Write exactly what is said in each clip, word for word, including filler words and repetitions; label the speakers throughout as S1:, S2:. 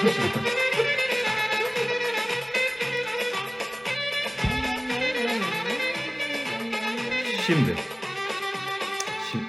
S1: Şimdi. Şimdi.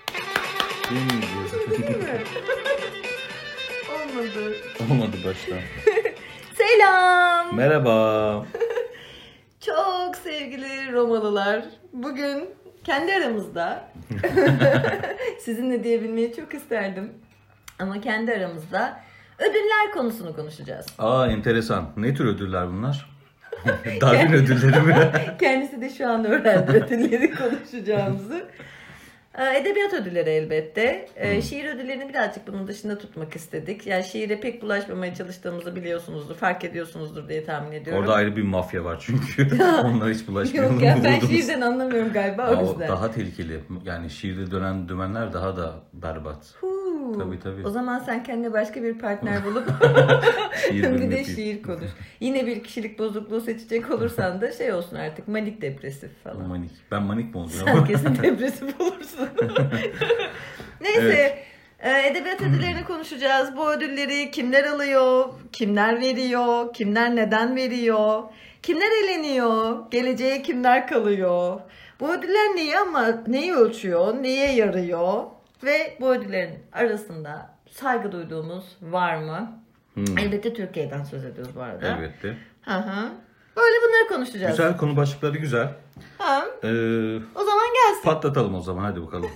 S1: Şimdi.
S2: Değil mi? Olmadı.
S1: Olmadı baştan.
S2: Selam.
S1: Merhaba.
S2: Çok sevgili Romalılar. Bugün kendi aramızda sizinle diyebilmeyi çok isterdim. Ama kendi aramızda ödüller konusunu konuşacağız.
S1: Aa, enteresan. Ne tür ödüller bunlar? Darwin ödülleri mi?
S2: Kendisi de şu an öğrendi ödülleri konuşacağımızı. Edebiyat ödülleri elbette. Hmm. Şiir ödüllerini birazcık bunun dışında tutmak istedik. Yani şiire pek bulaşmamaya çalıştığımızı biliyorsunuzdur, fark ediyorsunuzdur diye tahmin ediyorum.
S1: Orada ayrı bir mafya var çünkü. Onlara hiç bulaşmayalım.
S2: Yok ya, ben şiirden anlamıyorum galiba, o yüzden.
S1: Daha tehlikeli. Yani şiirde dönen dümenler daha da berbat.
S2: Huu.
S1: Tabii tabii.
S2: O zaman sen kendine başka bir partner bulup bir de şiir konuş. Yine bir kişilik bozukluğu seçecek olursan da şey olsun artık, manik depresif falan.
S1: Manik. Ben manik mi oluyorum?
S2: Sen kesin depresif olursun. Neyse. Evet. Edebiyat ödüllerini konuşacağız. Bu ödülleri kimler alıyor? Kimler veriyor? Kimler neden veriyor? Kimler eleniyor? Geleceğe kimler kalıyor? Bu ödüller neyi ama neyi ölçüyor? Neye yarıyor? Ve bu ödüllerin arasında saygı duyduğumuz var mı? Hmm. Elbette Türkiye'den söz ediyoruz bu arada.
S1: Elbette.
S2: Hı hı. Böyle bunları konuşacağız.
S1: Güzel, konu başlıkları güzel.
S2: Ha.
S1: Ee,
S2: o zaman gelsin.
S1: Patlatalım o zaman, hadi bakalım.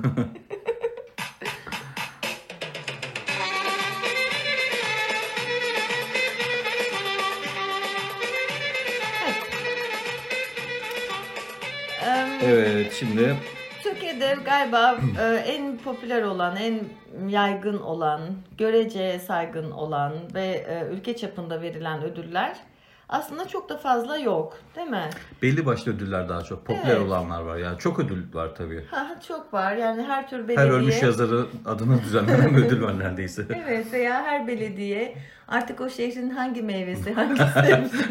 S1: Evet, şimdi
S2: Türkiye'de galiba en popüler olan, en yaygın olan, görece saygın olan ve ülke çapında verilen ödüller aslında çok da fazla yok, değil mi?
S1: Belli başlı ödüller daha çok. Popüler evet. olanlar var. Yani çok ödül var tabii.
S2: Ha, çok var. Yani her tür belediye...
S1: Her ölmüş yazarı adına düzenlenen ödül var neredeyse.
S2: Evet, veya her belediye artık o şehrin hangi meyvesi, hangi sebzesi,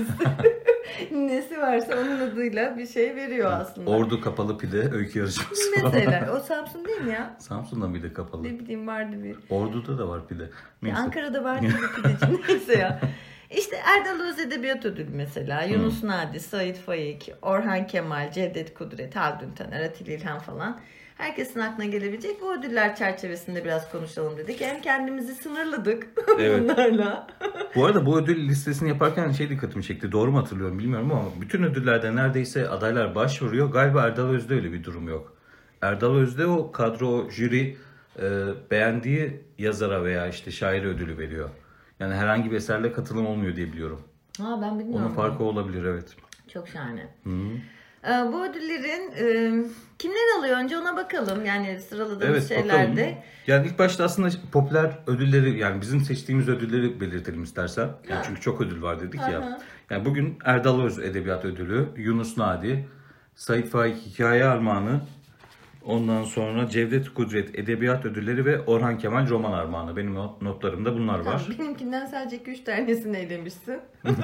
S2: nesi varsa onun adıyla bir şey veriyor aslında.
S1: Ordu kapalı pide öykü yarışması.
S2: Mesela. O Samsun değil mi ya?
S1: Samsun'da bir de kapalı.
S2: Ne bileyim, vardı bir.
S1: Ordu'da da var pide. Neyse.
S2: Ankara'da vardı bir pideci. Neyse ya. İşte Erdal Öz Edebiyat Ödülü mesela. Yunus hmm. Nadi, Sait Faik, Orhan Kemal, Cevdet Kudret, Haldun Taner, Atilla İlhan falan. Herkesin aklına gelebilecek bu ödüller çerçevesinde biraz konuşalım dedik. Hem kendimizi sınırladık evet. bunlarla.
S1: Bu arada bu ödül listesini yaparken şey dikkatimi çekti. Doğru mu hatırlıyorum bilmiyorum ama bütün ödüllerde neredeyse adaylar başvuruyor. Galiba Erdal Öz'de öyle bir durum yok. Erdal Öz'de o kadro, jüri e, beğendiği yazara veya işte şaire ödülü veriyor. Yani herhangi bir eserle katılım olmuyor diye biliyorum.
S2: Ha, ben bilmiyorum.
S1: Onun farkı olabilir, evet.
S2: Çok şahane. Ee, bu ödüllerin e, kimler alıyor önce ona bakalım. Yani sıraladığımız evet, şeylerde. Bakalım. Yani
S1: ilk başta aslında popüler ödülleri, yani bizim seçtiğimiz ödülleri belirtelim istersen. Yani çünkü çok ödül var dedik ha. ya. Yani bugün Erdal Öz Edebiyat Ödülü, Yunus Nadi, Sait Faik Hikaye Armağanı, ondan sonra Cevdet Kudret Edebiyat Ödülleri ve Orhan Kemal Roman Armağanı. Benim notlarımda bunlar var.
S2: Tamam, benimkinden sadece iki üç tanesini eylemişsin.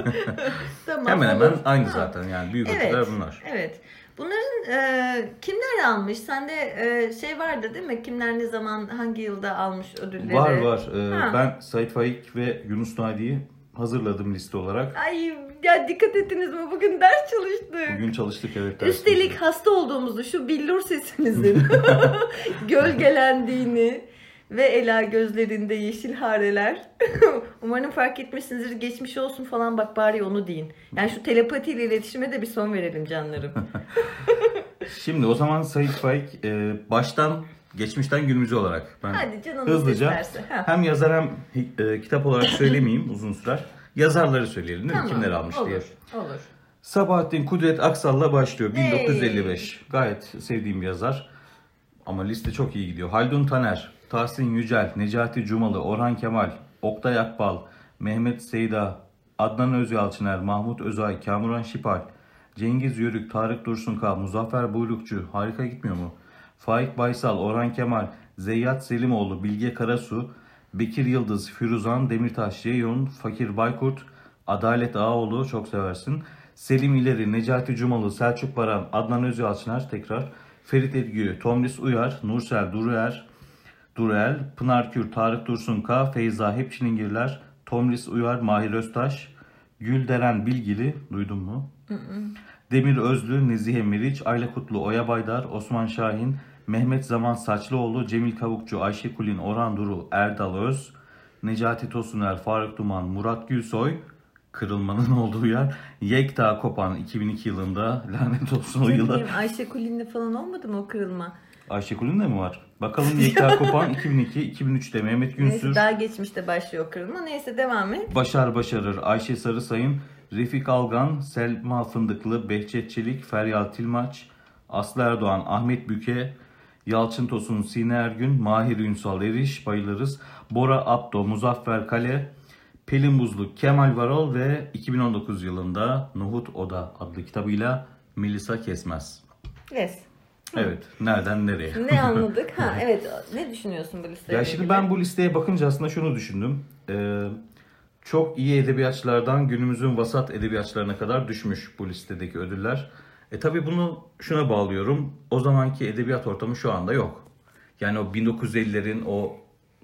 S2: Tamam,
S1: hemen hemen
S2: olur.
S1: aynı
S2: ha.
S1: zaten, yani büyük
S2: evet,
S1: ödüller bunlar.
S2: Evet. Bunların e, kimler almış? Sende e, şey vardı değil mi? Kimler ne zaman, hangi yılda almış ödülleri?
S1: Var var. Ee, ben Sait Faik ve Yunus Nadi'yi hazırladım liste olarak.
S2: Ay ya, dikkat ettiniz mi? Bugün ders çalıştık.
S1: Bugün çalıştık, evet.
S2: Üstelik
S1: çalıştık.
S2: hasta olduğumuzu, şu billur sesimizin gölgelendiğini ve Ela gözlerinde yeşil hareler. Umarım fark etmişsinizdir. Geçmiş olsun falan, bak bari onu deyin. Yani şu telepatiyle iletişime de bir son verelim canlarım.
S1: Şimdi o zaman Sait Faik e, baştan geçmişten günümüze olarak ben
S2: hadi canım,
S1: hızlıca hem yazar hem e, kitap olarak söylemeyeyim, uzun sürer. Yazarları söyleyelim değil mi?
S2: Tamam,
S1: kimler almış
S2: olur,
S1: diye.
S2: Olur.
S1: Sabahattin Kudret Aksal'la başlıyor. bin dokuz yüz elli beş. Hey. Gayet sevdiğim bir yazar. Ama liste çok iyi gidiyor. Haldun Taner, Tahsin Yücel, Necati Cumalı, Orhan Kemal, Oktay Akbal, Mehmet Seyda, Adnan Özyalçıner, Mahmut Özay, Kamuran Şipal, Cengiz Yörük, Tarık Dursunka, Muzaffer Buyrukçu, harika gitmiyor mu? Faik Baysal, Orhan Kemal, Zeyyat Selimoğlu, Bilge Karasu, Bekir Yıldız, Firuzan Demirtaş, Ceyhun, Fakir Baykurt, Adalet Ağaoğlu, çok seversin, Selim İleri, Necati Cumalı, Selçuk Baran, Adnan Özyalçıner tekrar, Ferit Edgü, Tomris Uyar, Nursel Duruer, Durel, Pınar Kür, Tarık Dursunka, Feyza Hepçilingirler, Tomris Uyar, Mahir Öztaş, Gülderen Bilgili, duydun mu? Demir Özlü, Nezihe Meriç, Ayla Kutlu, Oya Baydar, Osman Şahin, Mehmet Zaman Saçlıoğlu, Cemil Kavukçu, Ayşe Kulin, Orhan Duru, Erdal Öz, Necati Tosuner, Faruk Duman, Murat Gülsoy, kırılmanın olduğu yer, Yekta Kopan iki bin iki yılında, lanet olsun o yıla.
S2: Ayşe Kulin'le falan olmadı mı o kırılma?
S1: Ayşe Kulin de mi var? Bakalım Yekta Kopan iki bin iki, iki bin üçte Mehmet Günsür.
S2: Neyse, daha geçmişte başlıyor kırılma. Neyse devam et.
S1: Başar Başarır, Ayşe Sarısayın, Refik Algan, Selma Fındıklı, Behçet Çelik, Feryal Tilmaç, Aslı Erdoğan, Ahmet Büke, Yalçın Tosun, Sine Ergün, Mahir Ünsal Eriş, bayılırız. Bora Abdo, Muzaffer Kale, Pelin Buzlu, Kemal Varol ve iki bin on dokuz yılında Nuhut Oda adlı kitabıyla Melisa Kesmez.
S2: Yes.
S1: Evet. Nereden nereye?
S2: Ne anladık? Ha evet. Ne düşünüyorsun bu listeye?
S1: Ya şimdi ben bu listeye bakınca aslında şunu düşündüm. Ee, çok iyi edebiyatçılardan günümüzün vasat edebiyatçılarına kadar düşmüş bu listedeki ödüller. E tabi bunu şuna bağlıyorum. O zamanki edebiyat ortamı şu anda yok. Yani o bin dokuz yüz ellilerin o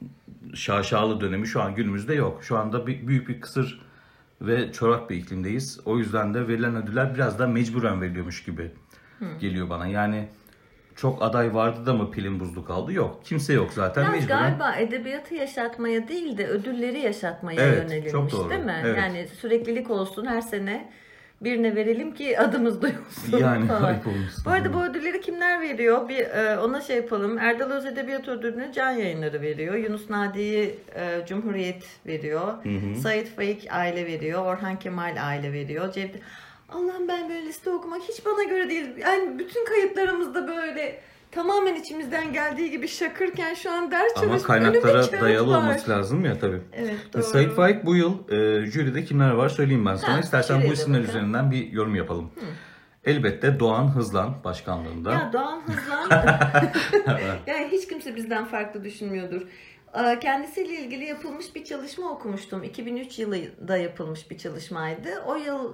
S1: şaşalı dönemi şu an günümüzde yok. Şu anda bir, büyük bir kısır ve çorak bir iklimdeyiz. O yüzden de verilen ödüller biraz da mecburen veriliyormuş gibi hmm. geliyor bana. Yani çok aday vardı da mı Pelin Buzlu kaldı? Yok. Kimse yok zaten.
S2: Biraz
S1: mecburen.
S2: Galiba edebiyatı yaşatmaya değil de ödülleri yaşatmaya
S1: evet,
S2: yönelilmiş
S1: çok doğru.
S2: değil mi?
S1: Evet.
S2: Yani süreklilik olsun, her sene birine verelim ki adımız duyulsun
S1: yani,
S2: falan.
S1: olmuşsun.
S2: Bu arada bu ödülleri kimler veriyor? Bir e, ona şey yapalım. Erdal Öz Edebiyat Ödülünü Can Yayınları veriyor. Yunus Nadi'yi e, Cumhuriyet veriyor. Hı hı. Sait Faik Aile veriyor. Orhan Kemal Aile veriyor. Cevdet... Allah'ım, ben böyle liste okumak hiç bana göre değil. Yani bütün kayıtlarımızda böyle tamamen içimizden geldiği gibi şakırken şu an ders çalışıp
S1: ama kaynaklara dayalı var. Olması lazım ya tabii.
S2: Evet, doğru.
S1: Sait Faik bu yıl e, jüride kimler var söyleyeyim ben sana. Ha, İstersen bu isimler bakalım. Üzerinden bir yorum yapalım. Hı. Elbette Doğan Hızlan başkanlığında.
S2: Ya Doğan Hızlan yani hiç kimse bizden farklı düşünmüyordur. Kendisiyle ilgili yapılmış bir çalışma okumuştum. iki bin üç yılında yapılmış bir çalışmaydı. O yıl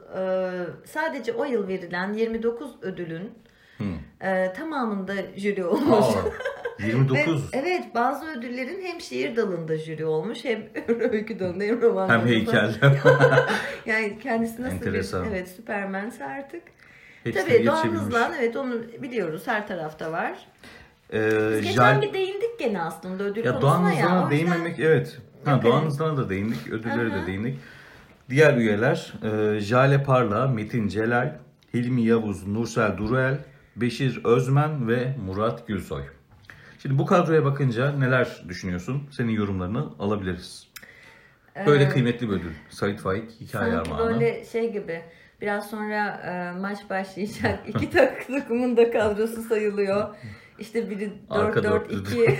S2: sadece o yıl verilen yirmi dokuz ödülün hmm. tamamında jüri olmuş.
S1: Aa, yirmi dokuz.
S2: Ve, evet, bazı ödüllerin hem şiir dalında jüri olmuş, hem öykü dalında, hem roman dalında.
S1: Hem heykel.
S2: Yani kendisi nasıl
S1: enteresan.
S2: Bir evet Süpermense artık.
S1: Hepsine
S2: tabii Doğan Hızlan, evet, onu biliyoruz, her tarafta var.
S1: Ee,
S2: Biz geçen
S1: Jal...
S2: bir değindik gene aslında ödül
S1: ya
S2: konusuna
S1: Doğan
S2: ya.
S1: Hızlan'a değinmemek yüzden... evet. Ha, okay. Doğan Hızlan'a da değindik, ödülleri de değindik. Diğer üyeler e, Jale Parla, Metin Celal, Hilmi Yavuz, Nursel Duruel, Beşir Özmen ve Murat Gülsoy. Şimdi bu kadroya bakınca neler düşünüyorsun? Senin yorumlarını alabiliriz. Böyle ee, kıymetli bir ödül. Sait Faik hikaye armağanı.
S2: Sanki böyle şey gibi. Biraz sonra e, maç başlayacak. İki takımın da kadrosu sayılıyor. İşte biri dört dört iki.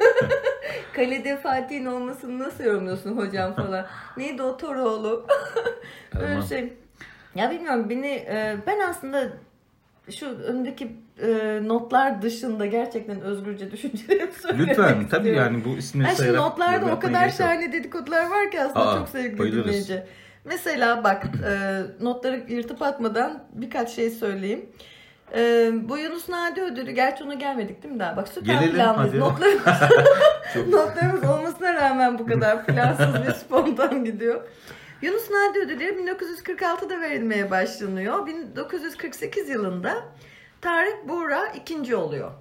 S2: Kalede Fatih'in olmasını nasıl yorumluyorsun hocam falan. Neydi o Toroğlu? Böyle şey. Ya bilmiyorum, beni e, ben aslında şu öndeki e, notlar dışında gerçekten özgürce düşüncelerimi söylemek
S1: Lütfen
S2: istiyorum.
S1: tabii, yani bu isimleri
S2: yani
S1: sayarak.
S2: Notlarda o kadar şahane dedikodular var ki aslında. Aa, çok sevgili dinleyici. Mesela bak e, notları yırtıp atmadan birkaç şey söyleyeyim. E, bu Yunus Nadi ödülü, gerçi ona gelmedik değil mi daha? Bak süper planlıyız. Notlarımız, notlarımız olmasına rağmen bu kadar plansız ve spontan gidiyor. Yunus Nadi ödülleri bin dokuz yüz kırk altıda verilmeye başlanıyor. bin dokuz yüz kırk sekiz yılında Tarık Buğra ikinci oluyor.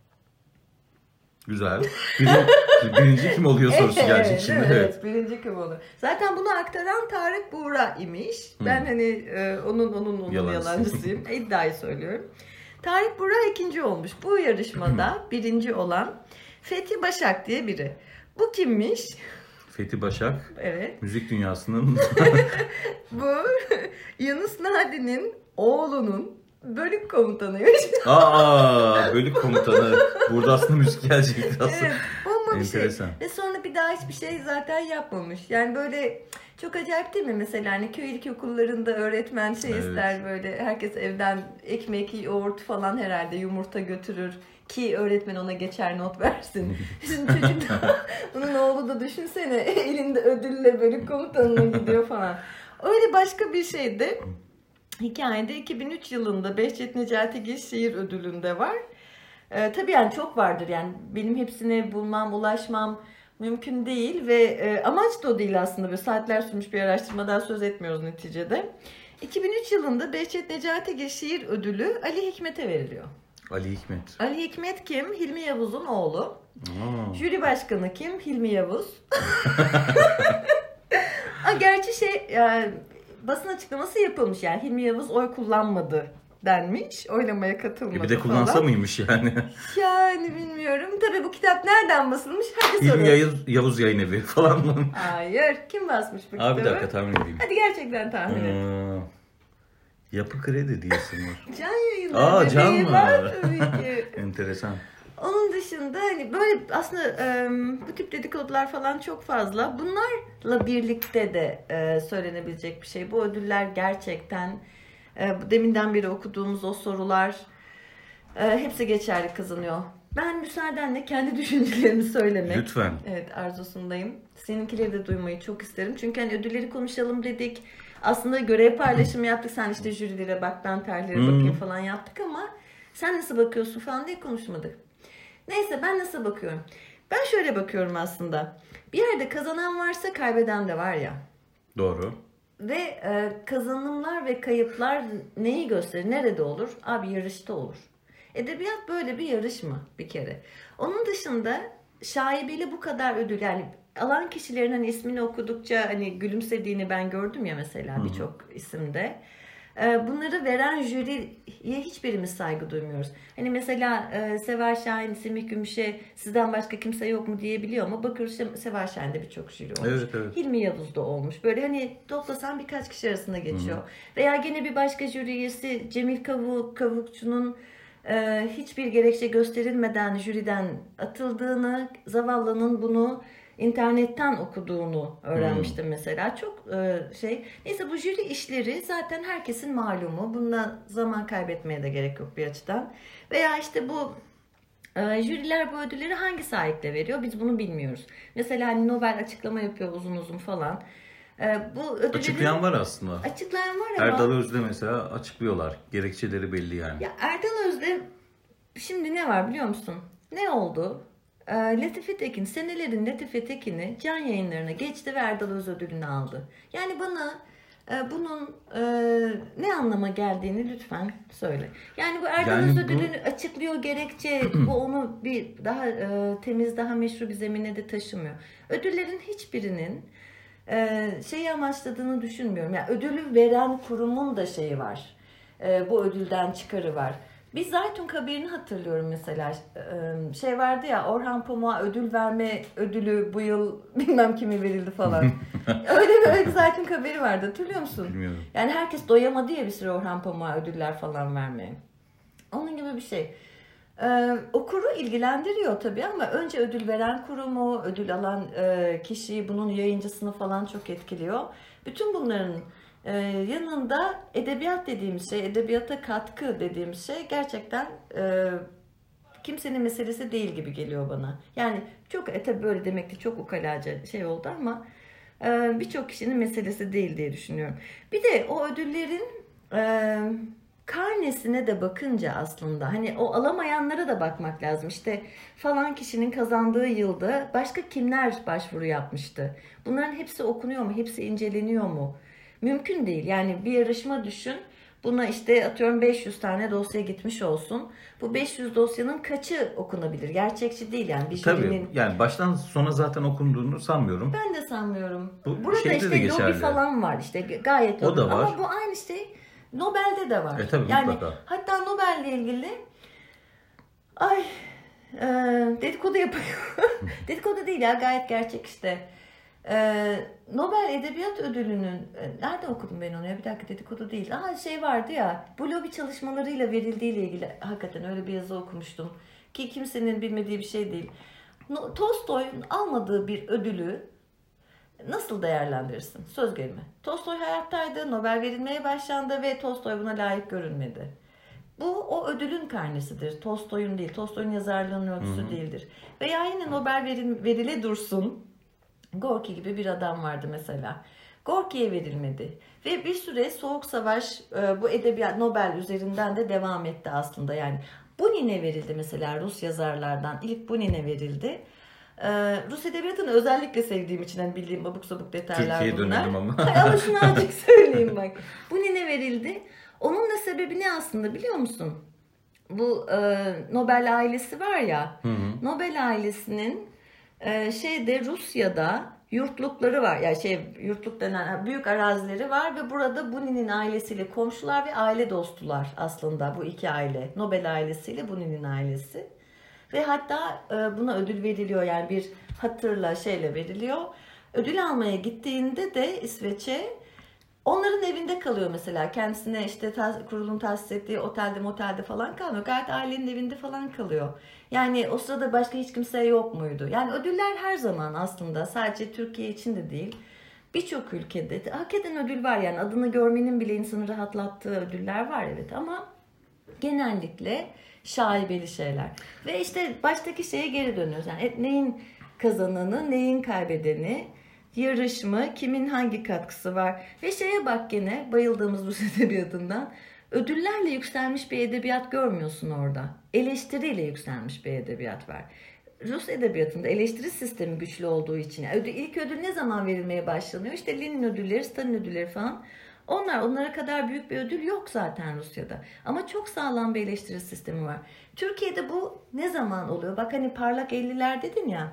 S1: Güzel. Birinci, birinci kim oluyor sorusu
S2: evet,
S1: gelecek şimdi.
S2: Evet, evet, birinci kim oluyor. Zaten bunu aktaran Tarık Buğra imiş. Ben hmm. hani e, onun onun onun Yalancısı. yalancısıyım. İddiayı söylüyorum. Tarık Buğra ikinci olmuş. Bu yarışmada birinci olan Fethi Başak diye biri. Bu kimmiş?
S1: Fethi Başak.
S2: Evet.
S1: Müzik dünyasının.
S2: Bu Yunus Nadi'nin oğlunun bölük komutanıymış.
S1: Aa, bölük komutanı. Burada aslında müzik gelecekti aslında.
S2: Evet, bomba bir şey. Ve sonra bir daha hiçbir şey zaten yapmamış. Yani böyle çok acayip değil mi? Mesela hani köy ilkokullarında öğretmen şey evet. ister, böyle herkes evden ekmek, yoğurt falan, herhalde yumurta götürür ki öğretmen ona geçer not versin. Şimdi çocuk da, bunun oğlu da düşünsene elinde ödülle bölük komutanına gidiyor falan. Öyle başka bir şeydi. Hikayede iki bin üç yılında Behçet Necati Gil Şiir Ödülü'nde var. Ee, tabii yani çok vardır, yani benim hepsine bulmam, ulaşmam Mümkün değil ve e, amaç da o değil aslında. Böyle saatler sürmüş bir araştırmadan söz etmiyoruz neticede. iki bin üç yılında Behçet Necatigil Şiir Ödülü Ali Hikmet'e veriliyor.
S1: Ali Hikmet.
S2: Ali Hikmet kim? Hilmi Yavuz'un oğlu.
S1: Aa.
S2: Jüri başkanı kim? Hilmi Yavuz. Ha, gerçi şey yani, basın açıklaması yapılmış yani Hilmi Yavuz oy kullanmadı denmiş. Oylamaya katılmadı
S1: E bir de kullansa
S2: falan.
S1: mıymış yani?
S2: Yani bilmiyorum. Tabii bu kitap nereden basılmış? Hadi
S1: Hilmi
S2: sorun.
S1: Yavuz, Yavuz Yayın Evi falan mı?
S2: Hayır. Kim basmış bu kitabı?
S1: Abi bir dakika tahmin edeyim.
S2: Hadi gerçekten tahmin et.
S1: Aa, Yapı Kredi diyesin var.
S2: Can Yayınları.
S1: Aa, Can
S2: bebeği
S1: mı?
S2: var tabii ki.
S1: Enteresan.
S2: Onun dışında hani böyle aslında e, bu tip dedikodular falan çok fazla. Bunlarla birlikte de e, söylenebilecek bir şey. Bu ödüller gerçekten e, bu deminden beri okuduğumuz o sorular e, hepsi geçerli kazanıyor. Ben müsaadenle kendi düşüncelerimi söylemek.
S1: Lütfen.
S2: Evet, arzusundayım. Seninkileri de duymayı çok isterim. Çünkü hani ödülleri konuşalım dedik. Aslında görev paylaşımı yaptık. Sen işte jürilere bak, ben tarihlere
S1: Hmm.
S2: bakayım falan yaptık ama sen nasıl bakıyorsun falan diye konuşmadık. Neyse ben nasıl bakıyorum? Ben şöyle bakıyorum aslında. Bir yerde kazanan varsa kaybeden de var ya.
S1: Doğru.
S2: Ve e, kazanımlar ve kayıplar neyi gösterir? Nerede olur? Abi yarışta olur. Edebiyat böyle bir yarış mı bir kere? Onun dışında şaibeli bu kadar ödül yani alan kişilerin hani ismini okudukça hani gülümsediğini ben gördüm ya mesela birçok isimde. Bunları veren jüriye hiçbirimiz saygı duymuyoruz. Hani mesela Seval Şahin, Semih Gümüş'e sizden başka kimse yok mu diyebiliyor ama bakıyoruz Seval Şahin'de birçok jüri olmuş.
S1: Evet, evet.
S2: Hilmi Yavuz'da olmuş. Böyle hani toplasan birkaç kişi arasında geçiyor. Hı hı. Veya gene bir başka jüri üyesi Cemil Kavuk, Kavukçu'nun e, hiçbir gerekçe gösterilmeden jüriden atıldığını, zavallının bunu İnternetten okuduğunu öğrenmiştim hmm. mesela. Çok e, şey. Neyse bu jüri işleri zaten herkesin malumu. Bundan zaman kaybetmeye de gerek yok bir açıdan. Veya işte bu e, jüriler bu ödülleri hangi sahiple veriyor? Biz bunu bilmiyoruz. Mesela hani Nobel açıklama yapıyor uzun uzun falan. E, bu ödülleri...
S1: Açıklayan var aslında.
S2: Açıklayan var ama...
S1: Erdal Özde mesela açıklıyorlar. Gerekçeleri belli yani.
S2: Ya Erdal Özde şimdi ne var biliyor musun? Ne oldu? Latife Tekin, senelerin Latife Tekin'i Can Yayınları'na geçti ve Erdal Öz ödülünü aldı. Yani bana e, bunun e, ne anlama geldiğini lütfen söyle. Yani bu Erdal
S1: yani
S2: Öz
S1: bu...
S2: ödülünü açıklıyor gerekçe, bu onu bir daha e, temiz, daha meşru bir zemine de taşımıyor. Ödüllerin hiçbirinin e, şeyi amaçladığını düşünmüyorum. Yani ödülü veren kurumun da şeyi var. E, bu ödülden çıkarı var. Biz Zaytun Kabir'ini hatırlıyorum mesela. Şey vardı ya, Orhan Pamuk'a ödül verme ödülü bu yıl bilmem kime verildi falan. öyle bir öyle Zaytun Kabir'i vardı, hatırlıyor musun?
S1: Bilmiyorum.
S2: Yani herkes doyamadı ya bir süre Orhan Pamuk'a ödüller falan vermeye. Onun gibi bir şey. Ee, okuru ilgilendiriyor tabii ama önce ödül veren kurumu, ödül alan e, kişiyi, bunun yayıncısını falan çok etkiliyor. Bütün bunların Ee, yanında edebiyat dediğimiz şey, edebiyata katkı dediğimiz şey gerçekten e, kimsenin meselesi değil gibi geliyor bana. Yani çok e, tabii böyle demek de çok ukalaca şey oldu ama e, birçok kişinin meselesi değil diye düşünüyorum. Bir de o ödüllerin e, karnesine de bakınca aslında hani o alamayanlara da bakmak lazım. İşte falan kişinin kazandığı yılda başka kimler başvuru yapmıştı? Bunların hepsi okunuyor mu? Hepsi inceleniyor mu? Mümkün değil. Yani bir yarışma düşün. Buna işte atıyorum beş yüz tane dosya gitmiş olsun. Bu beş yüz dosyanın kaçı okunabilir? Gerçekçi değil yani. Bir
S1: Tabii
S2: jürinin...
S1: yani baştan sona zaten okunduğunu sanmıyorum.
S2: Ben de sanmıyorum.
S1: Bu
S2: Burada işte lobi falan var işte gayet
S1: o da var.
S2: Ama bu aynı şey Nobel'de de var.
S1: E tabii
S2: yani,
S1: mutlaka.
S2: Hatta Nobel'le ilgili ay e, dedikodu yapıyor. Dedikodu değil ya, gayet gerçek işte. Ee, Nobel Edebiyat Ödülü'nün nerede okudum ben onu ya, bir dakika, dedikodu değil. Aha şey vardı ya, bu lobi çalışmalarıyla verildiğiyle ilgili hakikaten öyle bir yazı okumuştum ki kimsenin bilmediği bir şey değil. No, Tolstoy'un almadığı bir ödülü nasıl değerlendirirsin? Söz gelimi. Tolstoy hayattaydı, Nobel verilmeye başlandı ve Tolstoy buna layık görülmedi. Bu o ödülün karnesidir. Tolstoy'un değil, Tolstoy'un yazarlığının ölçüsü Hı-hı. değildir. Veya yine Nobel veril, verile dursun. Gorki gibi bir adam vardı mesela. Gorki'ye verilmedi. Ve bir süre Soğuk Savaş bu edebiyat Nobel üzerinden de devam etti aslında. Yani Bunin'e verildi mesela, Rus yazarlardan. İlk Bunin'e verildi. Ee, Rus edebiyatını özellikle sevdiğim için hani bildiğim abuk sabuk detaylar
S1: Türkiye'ye
S2: bunlar.
S1: dönelim ama.
S2: Hay ama şunu azıcık söyleyeyim bak. Bu nine verildi. Onun da sebebi ne aslında biliyor musun? Bu e, Nobel ailesi var ya.
S1: Hı hı.
S2: Nobel ailesinin e, şeyde Rusya'da yurtlukları var. Yani şey yurtluk denen büyük arazileri var ve burada Bunin'in ailesiyle komşular ve aile dostular aslında bu iki aile. Nobel ailesiyle Bunin'in ailesi. Ve hatta e, buna ödül veriliyor, yani bir hatırla şeyle veriliyor. Ödül almaya gittiğinde de İsveç'e onların evinde kalıyor mesela. Kendisine işte ta, kurulun tahsis ettiği otelde motelde falan kalmıyor. Gayet ailenin evinde falan kalıyor. Yani o sırada başka hiç kimse yok muydu? Yani ödüller her zaman aslında sadece Türkiye için de değil. Birçok ülkede hakikaten ödül var, yani adını görmenin bile insanı rahatlattığı ödüller var evet, ama genellikle şaibeli şeyler. Ve işte baştaki şeye geri dönüyoruz. Yani neyin kazananı, neyin kaybedeni, yarış mı, kimin hangi katkısı var. Ve şeye bak, gene bayıldığımız Rus edebiyatından ödüllerle yükselmiş bir edebiyat görmüyorsun orada. Eleştiriyle yükselmiş bir edebiyat var. Rus edebiyatında eleştiri sistemi güçlü olduğu için. Yani ödül, ilk ödül ne zaman verilmeye başlanıyor? İşte Lenin ödülleri, Stalin ödülleri falan. Onlar, onlara kadar büyük bir ödül yok zaten Rusya'da. Ama çok sağlam bir eleştiri sistemi var. Türkiye'de bu ne zaman oluyor? Bak hani parlak elliler dedin ya.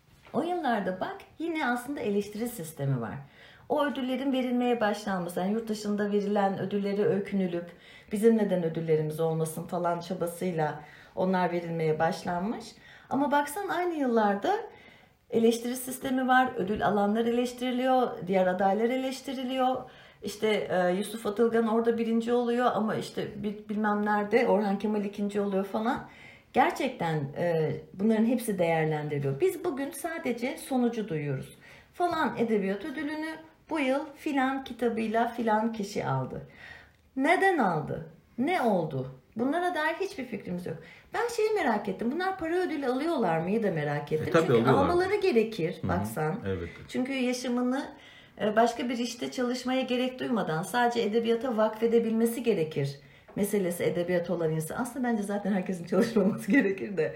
S2: O yıllarda bak yine aslında eleştiri sistemi var. O ödüllerin verilmeye başlanması, yani yurt dışında verilen ödülleri öykünülüp bizim neden ödüllerimiz olmasın falan çabasıyla onlar verilmeye başlanmış. Ama baksan aynı yıllarda eleştiri sistemi var, ödül alanlar eleştiriliyor, diğer adaylar eleştiriliyor. İşte e, Yusuf Atılgan orada birinci oluyor ama işte bilmem nerede Orhan Kemal ikinci oluyor falan. Gerçekten e, bunların hepsi değerlendiriliyor. Biz bugün sadece sonucu duyuyoruz. Falan edebiyat ödülünü bu yıl filan kitabıyla filan kişi aldı. Neden aldı? Ne oldu? Bunlara dair hiçbir fikrimiz yok. Ben şeyi merak ettim. Bunlar para ödülü alıyorlar mıyı da merak ettim.
S1: E, tabii
S2: Çünkü
S1: alıyorlar.
S2: almaları gerekir,
S1: Hı-hı.
S2: baksan.
S1: Evet.
S2: Çünkü yaşamını başka bir işte çalışmaya gerek duymadan sadece edebiyata vakfedebilmesi gerekir meselesi edebiyat olan insan. Aslında bence zaten herkesin çalışmaması gerekir de.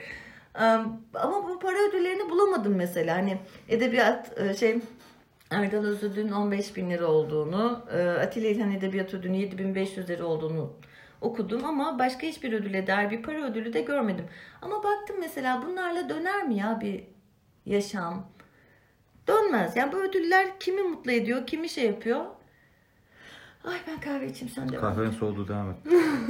S2: Ama bu para ödüllerini bulamadım mesela. Hani edebiyat şey Erdal Özödül'ün on beş bin lira olduğunu, Atilla İlhan Edebiyat Ödülü'nün yedi bin beş yüz lira olduğunu okudum ama başka hiçbir ödüle dair bir para ödülü de görmedim. Ama baktım mesela bunlarla döner mi ya bir yaşam? Dönmez. Yani bu ödüller kimi mutlu ediyor, kimi şey yapıyor? Ay ben kahve içeyim, sen devam et.
S1: Kahvenin soğudu, devam et.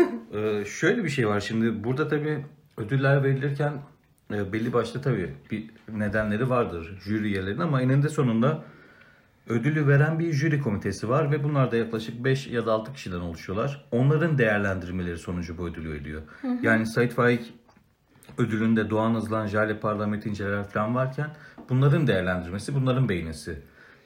S1: ee, şöyle bir şey var şimdi. Burada tabii ödüller verilirken e, belli başlı tabii bir nedenleri vardır jüri üyelerinin, ama eninde sonunda ödülü veren bir jüri komitesi var ve bunlar da yaklaşık beş ya da altı kişiden oluşuyorlar. Onların değerlendirmeleri sonucu bu ödülü ödüyor. Hı hı. Yani Sait Faik ödülünde Doğan Hızlan, Jale Parla, Metin Celal falan varken bunların değerlendirmesi, bunların beğenisi.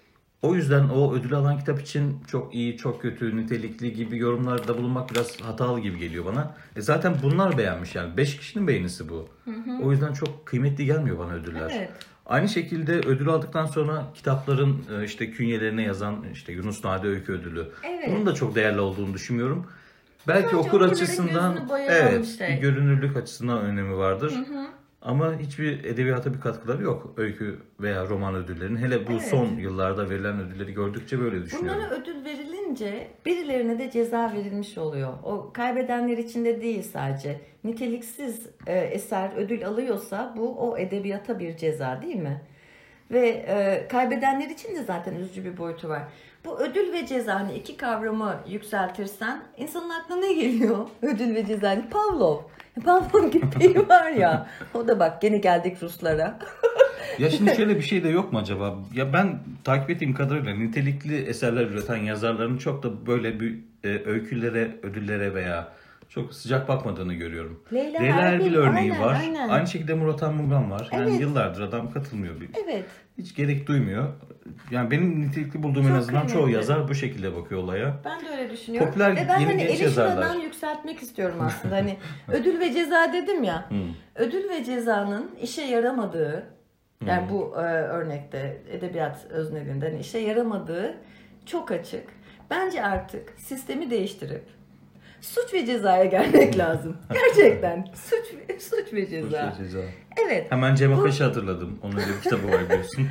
S1: O yüzden o ödül alan kitap için çok iyi, çok kötü, nitelikli gibi yorumlarda bulunmak biraz hatalı gibi geliyor bana. E zaten bunlar beğenmiş, yani beş kişinin beğenisi bu. Hı hı. O yüzden çok kıymetli gelmiyor bana ödüller. Evet. Aynı şekilde ödül aldıktan sonra kitapların işte künyelerine yazan işte Yunus Nadi Öykü Ödülü. Evet. Bunun da çok değerli olduğunu düşünmüyorum. Belki sadece okur açısından evet, şey. bir görünürlük açısından önemi vardır. Hı hı. Ama hiçbir edebiyata bir katkıları yok öykü veya roman ödüllerinin. Hele bu evet. son yıllarda verilen ödülleri gördükçe böyle düşünüyorum.
S2: Bunlara ödül verilince birilerine de ceza verilmiş oluyor. O kaybedenler için de değil sadece. Niteliksiz e, eser ödül alıyorsa bu o edebiyata bir ceza değil mi? Ve e, kaybedenler için de zaten üzücü bir boyutu var. Bu ödül ve ceza, hani iki kavramı yükseltirsen insanın aklına ne geliyor? Ödül ve ceza. Hani Pavlov. Pavlov'un gittiği var ya. O da bak gene geldik Ruslara.
S1: Ya şimdi şöyle bir şey de yok mu acaba? Ya ben takip ettiğim kadarıyla nitelikli eserler üreten yazarların çok da böyle bir e, öykülere, ödüllere veya çok sıcak bakmadığını görüyorum.
S2: Leyla,
S1: Leyla Erbil, Erbil örneği
S2: aynen,
S1: var.
S2: Aynen.
S1: Aynı şekilde Murat Han Mungan var. Yani
S2: evet.
S1: yıllardır adam katılmıyor.
S2: Evet.
S1: Hiç gerek duymuyor. Yani benim nitelikli bulduğum çok en azından kıymetli. Çoğu yazar bu şekilde bakıyor olaya.
S2: Ben de öyle düşünüyorum.
S1: Popüler,
S2: ve ben
S1: yeni
S2: hani
S1: genç yazarlar.
S2: eleştiriden yükseltmek istiyorum aslında. Hani ödül ve ceza dedim ya. Hmm. Ödül ve cezanın işe yaramadığı, yani hmm. bu e, örnekte edebiyat özneliğinden işe yaramadığı çok açık. Bence artık sistemi değiştirip Suç ve cezaya gelmek lazım. Gerçekten. Suç, suç ve ceza.
S1: Suç ve ceza.
S2: Evet.
S1: Hemen Cem Akaş'ı hatırladım. Onun öyle bir kitabı var biliyorsun.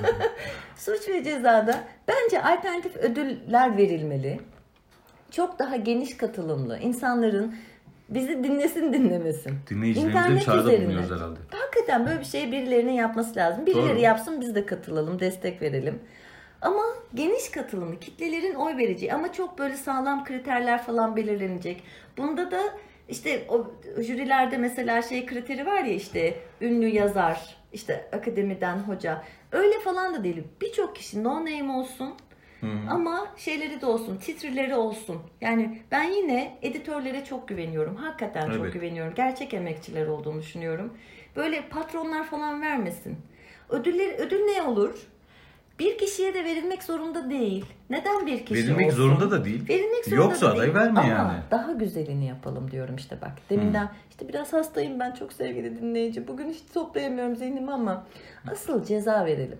S2: Suç ve cezada bence alternatif ödüller verilmeli. Çok daha geniş katılımlı. İnsanların bizi dinlesin dinlemesin.
S1: Dinleyicilerimize bir çağrıda bulunuyoruz herhalde.
S2: Hakikaten böyle bir şeyi birilerinin yapması lazım. Birileri
S1: Doğru.
S2: yapsın, biz de katılalım, destek verelim. Ama geniş katılımlı, kitlelerin oy vereceği ama çok böyle sağlam kriterler falan belirlenecek. Bunda da işte o jürilerde mesela şey kriteri var ya, işte ünlü yazar, işte akademiden hoca. Öyle falan da değil. Birçok kişi no name olsun. Hı hı. Ama şeyleri de olsun, titrileri olsun. Yani ben yine editörlere çok güveniyorum. Hakikaten evet. çok güveniyorum. Gerçek emekçiler olduğunu düşünüyorum. Böyle patronlar falan vermesin. Ödüller, ödül ne olur? Bir kişiye de verilmek zorunda değil. Neden bir kişi
S1: verilmek
S2: olsun?
S1: zorunda da değil.
S2: Verilmek zorunda
S1: Yoksa
S2: da
S1: aday
S2: değil.
S1: verme
S2: ama
S1: yani.
S2: Daha güzelini yapalım diyorum işte bak. Deminden hmm. işte biraz hastayım ben çok sevgili dinleyici. Bugün hiç toplayamıyorum zihnimi ama asıl ceza verelim.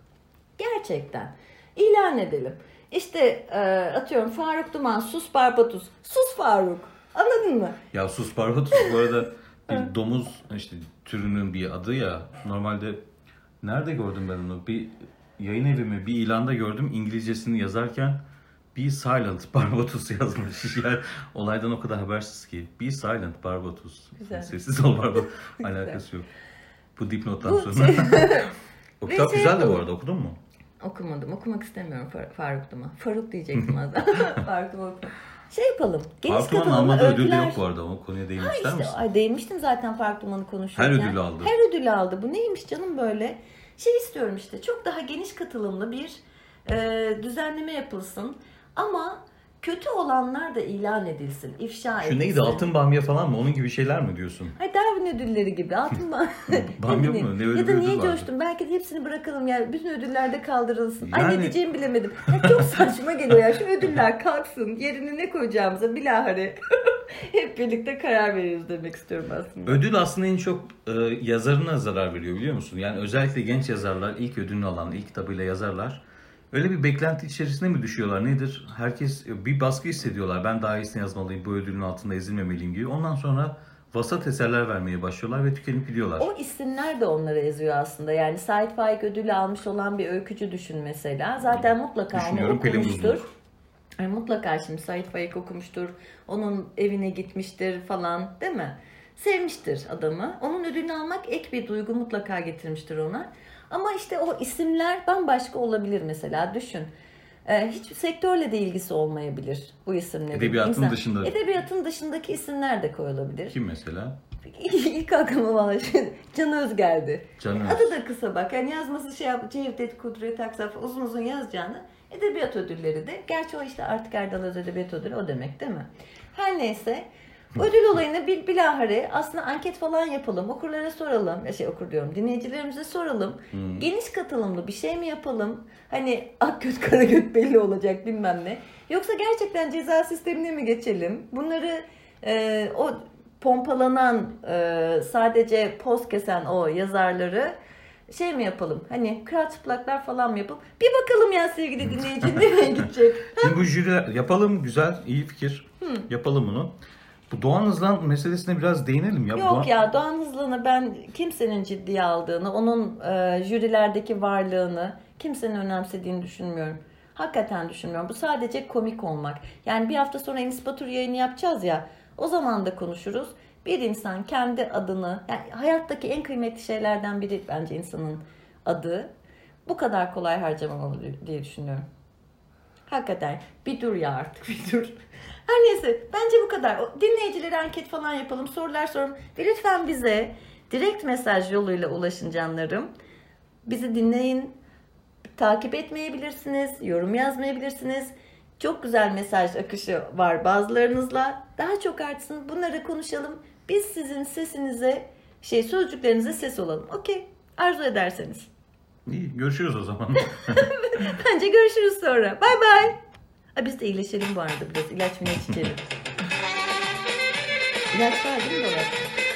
S2: Gerçekten. İlan edelim. İşte e, atıyorum Faruk Duman, sus Barbatus. Sus Faruk. Anladın mı?
S1: Ya sus Barbatus bu arada bir domuz işte türünün bir adı ya. Normalde nerede gördüm ben onu? Bir yayın evi mi? Bir ilanda gördüm. İngilizcesini yazarken Be Silent Barbatus yazmış. Yani olaydan o kadar habersiz ki. Be Silent Barbatus. Güzel. Sessiz ol Barbatus. Alakası yok. Bu dipnottan bu sonra. O kitap şey güzel de bu arada. Okudun mu?
S2: Okumadım. Okumak istemiyorum Far- Faruk Duman. Faruk diyecektim az daha. Faruk Duman. Şey yapalım.
S1: Faruk Duman almadığı ödül de yok bu arada. O konuya değinmek ister işte, misin?
S2: Ay, değinmiştim zaten Faruk Duman'ı konuşurken.
S1: Her ödülü aldı.
S2: Her ödülü aldı. Bu neymiş canım böyle? Şey istiyorum işte. Çok daha geniş katılımlı bir e, düzenleme yapılsın. Ama kötü olanlar da ilan edilsin, ifşa edilsin.
S1: Şu neydi, altın bamya falan mı? Onun gibi şeyler mi diyorsun?
S2: Ay Darwin ödülleri gibi altın bamya.
S1: Bamya mı? Ne öyle
S2: ya da niye
S1: vardı?
S2: coştum? Belki de hepsini bırakalım ya. Bütün ödüllerde kaldırılsın.
S1: Yani...
S2: Ay ne diyeceğimi bilemedim. Ya çok saçma geliyor ya. Şu ödüller kalksın. Yerine ne koyacağımıza bilahare hep birlikte karar veriyoruz demek istiyorum aslında.
S1: Ödül aslında en çok e, yazarına zarar veriyor biliyor musun? Yani özellikle genç yazarlar, ilk ödülünü alan, ilk kitabıyla yazarlar. Öyle bir beklenti içerisine mi düşüyorlar nedir? Herkes bir baskı hissediyorlar. Ben daha iyisini yazmalıyım, bu ödülün altında ezilmemeliyim gibi. Ondan sonra vasat eserler vermeye başlıyorlar ve tükenip gidiyorlar.
S2: O isimler de onları eziyor aslında. Yani Sait Faik ödülü almış olan bir öykücü düşün mesela. Zaten mutlaka onu okumuştur. Yani mutlaka şimdi Sait Faik okumuştur. Onun evine gitmiştir falan, değil mi? Sevmiştir adamı. Onun ödülünü almak ek bir duygu mutlaka getirmiştir ona. Ama işte o isimler bambaşka olabilir mesela. Düşün. Ee, hiç sektörle de ilgisi olmayabilir bu isimlerin.
S1: Edebiyatın
S2: İnsan,
S1: dışında.
S2: Edebiyatın dışındaki isimler de koyulabilir.
S1: Kim mesela?
S2: İlk aklıma valla Can Özgel'di.
S1: Can Öz.
S2: Adı da kısa bak. Yani yazması şey yap, Cevdet Kudret Aksaf uzun uzun yazacağını. Edebiyat ödülleri de. Gerçi o işte artık Erdal Öz Edebiyat Ödülü o demek değil mi? Her neyse. Ödül olayını bil, bilahare aslında anket falan yapalım. Okurlara soralım. Şey okur diyorum. Dinleyicilerimize soralım. Hmm. Geniş katılımlı bir şey mi yapalım? Hani ak göt kara göt belli olacak bilmem ne. Yoksa gerçekten ceza sistemine mi geçelim? Bunları e, o pompalanan e, sadece poz kesen o yazarları şey mi yapalım? Hani kral çıplaklar falan mı yapıp bir bakalım ya sevgili dinleyici nereye gidecek?
S1: Şimdi bu jüri yapalım, güzel, iyi fikir. Hmm. Yapalım bunu. Bu Doğan Hızlan meselesine biraz değinelim ya.
S2: Yok
S1: Doğan...
S2: ya Doğan Hızlan'ı ben kimsenin ciddiye aldığını, onun e, jürilerdeki varlığını kimsenin önemsediğini düşünmüyorum. Hakikaten düşünmüyorum. Bu sadece komik olmak. Yani bir hafta sonra Enis Batur yayını yapacağız ya. O zaman da konuşuruz. Bir insan kendi adını, yani hayattaki en kıymetli şeylerden biri bence insanın adı. Bu kadar kolay harcamamalı diye düşünüyorum. Hakikaten bir dur ya artık bir dur. Her neyse bence bu kadar. Dinleyicilere anket falan yapalım, sorular sorun ve lütfen bize direkt mesaj yoluyla ulaşın canlarım. Bizi dinleyin, takip etmeyebilirsiniz, yorum yazmayabilirsiniz. Çok güzel mesaj akışı var bazılarınızla. Daha çok artsın, bunları konuşalım. Biz sizin sesinize, şey sözcüklerinize ses olalım. Okey, arzu ederseniz.
S1: İyi, görüşürüz o zaman.
S2: Bence görüşürüz sonra. Bay bay. Biz de iyileşelim bu arada biraz. İlaç mı içelim? İlaç var değil mi dolapta?